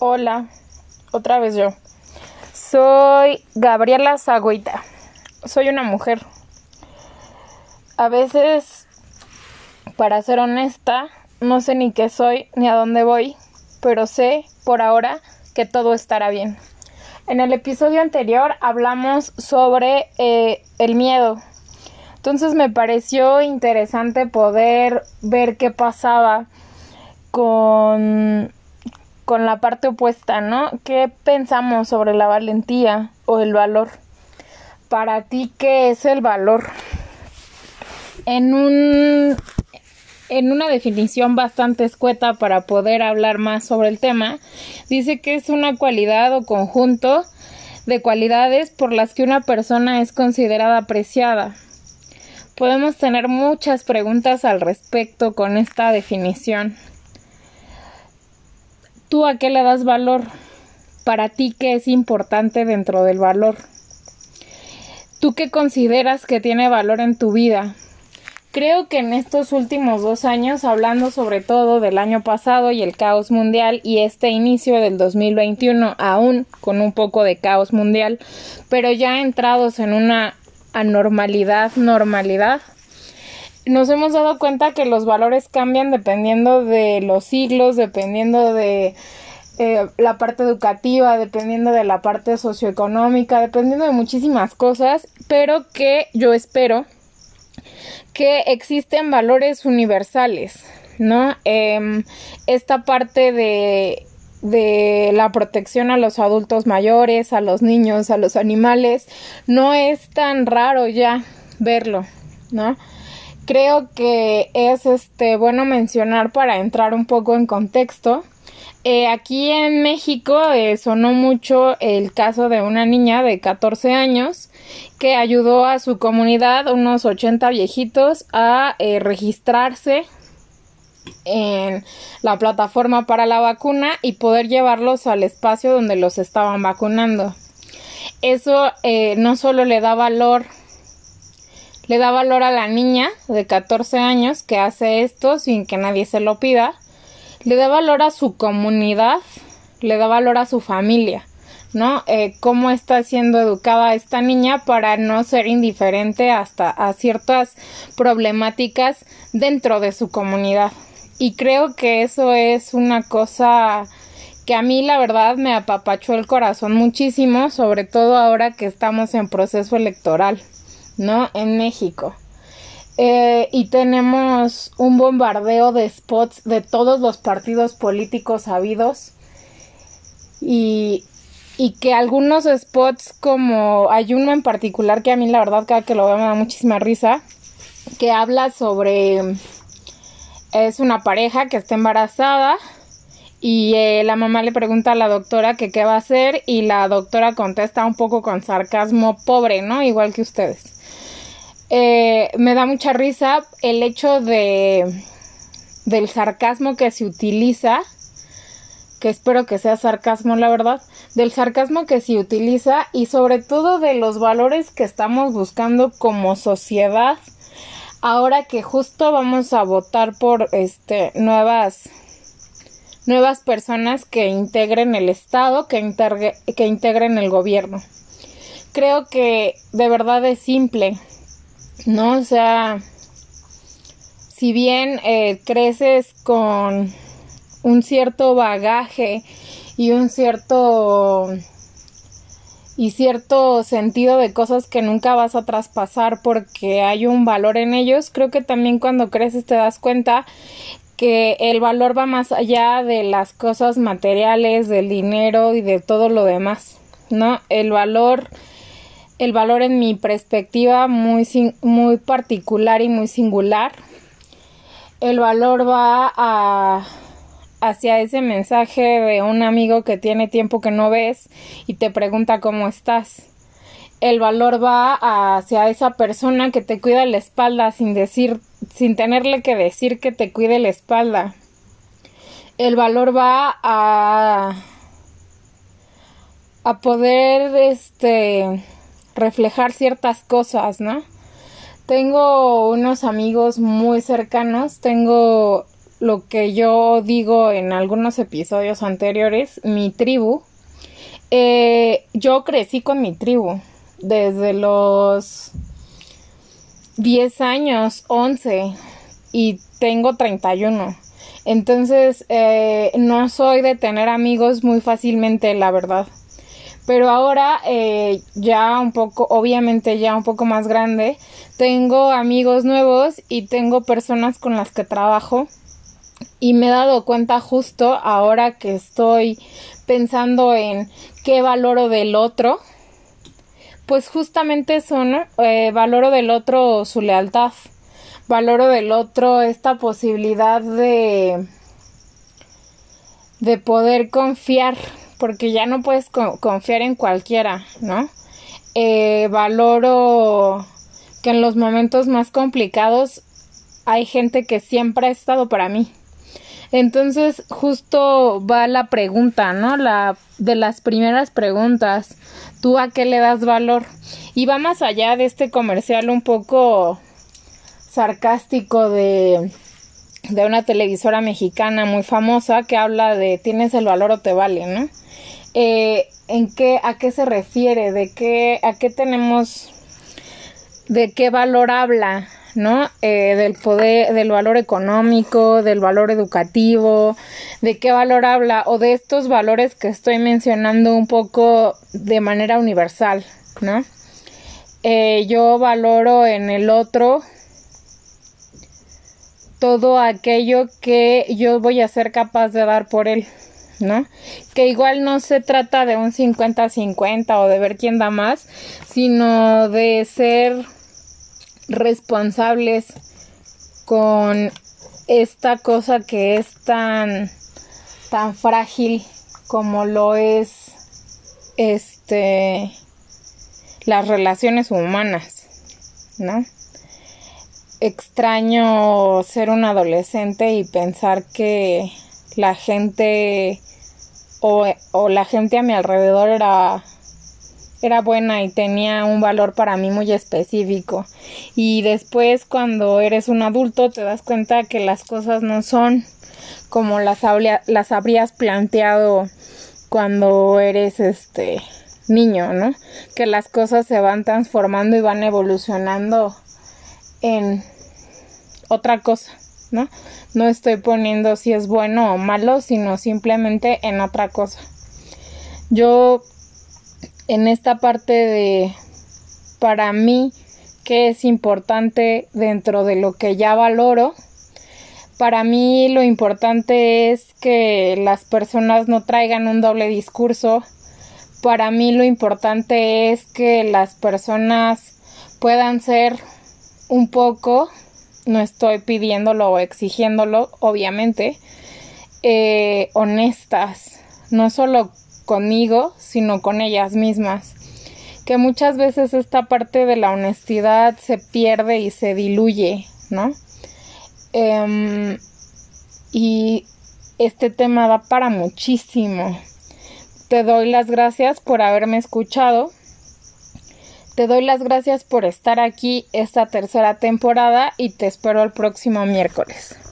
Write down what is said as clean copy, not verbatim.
Hola, otra vez yo. Soy Gabriela Zagüita. Soy una mujer. A veces, para ser honesta, no sé ni qué soy ni a dónde voy, pero sé por ahora que todo estará bien. En el episodio anterior hablamos sobre el miedo. Entonces me pareció interesante poder ver qué pasaba con la parte opuesta, ¿no? ¿Qué pensamos sobre la valentía o el valor? Para ti, ¿qué es el valor? En una definición bastante escueta para poder hablar más sobre el tema, dice que es una cualidad o conjunto de cualidades por las que una persona es considerada apreciada. Podemos tener muchas preguntas al respecto con esta definición. ¿Tú a qué le das valor? Para ti, ¿qué es importante dentro del valor? ¿Tú qué consideras que tiene valor en tu vida? Creo que en estos últimos 2 años, hablando sobre todo del año pasado y el caos mundial y este inicio del 2021, aún con un poco de caos mundial, pero ya entrados en una normalidad, nos hemos dado cuenta que los valores cambian dependiendo de los siglos, dependiendo de la parte educativa, dependiendo de la parte socioeconómica, dependiendo de muchísimas cosas, pero que yo espero que existen valores universales, ¿no? Esta parte de la protección a los adultos mayores, a los niños, a los animales, no es tan raro ya verlo, ¿no? Creo que es bueno mencionar para entrar un poco en contexto. Aquí en México sonó mucho el caso de una niña de 14 años que ayudó a su comunidad, unos 80 viejitos, a registrarse en la plataforma para la vacuna y poder llevarlos al espacio donde los estaban vacunando. Eso no solo le da valor a la niña de 14 años que hace esto sin que nadie se lo pida, le da valor a su comunidad, le da valor a su familia, ¿no? Cómo está siendo educada esta niña para no ser indiferente hasta a ciertas problemáticas dentro de su comunidad. Y creo que eso es una cosa que a mí la verdad me apapachó el corazón muchísimo, sobre todo ahora que estamos en proceso electoral, ¿no? En México. Y tenemos un bombardeo de spots de todos los partidos políticos habidos y que algunos spots, como hay uno en particular que a mí la verdad cada que lo veo me da muchísima risa, que habla sobre es una pareja que está embarazada y la mamá le pregunta a la doctora que qué va a hacer y la doctora contesta un poco con sarcasmo, pobre, ¿no? Igual que ustedes. Me da mucha risa el hecho del sarcasmo que se utiliza, que espero que sea sarcasmo la verdad, del sarcasmo que se utiliza y sobre todo de los valores que estamos buscando como sociedad, ahora que justo vamos a votar por nuevas personas que integren el Estado, que integren el gobierno. Creo que de verdad es simple, ¿no? O sea, si bien creces con un cierto bagaje y un cierto sentido de cosas que nunca vas a traspasar porque hay un valor en ellos, creo que también cuando creces te das cuenta que el valor va más allá de las cosas materiales, del dinero y de todo lo demás, ¿no? El valor en mi perspectiva muy particular y muy singular. El valor va hacia ese mensaje de un amigo que tiene tiempo que no ves y te pregunta cómo estás. El valor va hacia esa persona que te cuida la espalda sin tenerle que decir que te cuide la espalda. El valor va a poder reflejar ciertas cosas, ¿no? Tengo unos amigos muy cercanos, tengo lo que yo digo en algunos episodios anteriores, mi tribu. Yo crecí con mi tribu desde los 10 años, 11, y tengo 31. Entonces, no soy de tener amigos muy fácilmente, la verdad. Pero ahora, ya un poco, obviamente ya un poco más grande, tengo amigos nuevos y tengo personas con las que trabajo. Y me he dado cuenta justo ahora que estoy pensando en qué valoro del otro, pues justamente eso, ¿no? Valoro del otro su lealtad, valoro del otro esta posibilidad de poder confiar, porque ya no puedes confiar en cualquiera, ¿no? Valoro que en los momentos más complicados hay gente que siempre ha estado para mí. Entonces justo va la pregunta, ¿no? De las primeras preguntas, ¿tú a qué le das valor? Y va más allá de este comercial un poco sarcástico de una televisora mexicana muy famosa que habla de ¿tienes el valor o te vale?, ¿no? ¿A qué se refiere? ¿A qué tenemos? ¿De qué valor habla? ¿No? Del poder, del valor económico, del valor educativo, de qué valor habla, o de estos valores que estoy mencionando un poco de manera universal, ¿no? Yo valoro en el otro todo aquello que yo voy a ser capaz de dar por él, ¿no? Que igual no se trata de un 50-50 o de ver quién da más, sino de ser responsables con esta cosa que es tan frágil como lo es las relaciones humanas, ¿no? Extraño ser un adolescente y pensar que la gente o la gente a mi alrededor era buena y tenía un valor para mí muy específico. Y después, cuando eres un adulto, te das cuenta que las cosas no son como las habrías planteado cuando eres niño, ¿no? Que las cosas se van transformando y van evolucionando en otra cosa, ¿no? No estoy poniendo si es bueno o malo, sino simplemente en otra cosa. Yo en esta parte de, para mí, qué es importante dentro de lo que ya valoro, para mí lo importante es que las personas no traigan un doble discurso. Para mí lo importante es que las personas puedan ser un poco, no estoy pidiéndolo o exigiéndolo, obviamente, honestas, no solo conmigo, sino con ellas mismas. Que muchas veces esta parte de la honestidad se pierde y se diluye, ¿no? Y este tema da para muchísimo. Te doy las gracias por haberme escuchado. Te doy las gracias por estar aquí esta tercera temporada y te espero el próximo miércoles.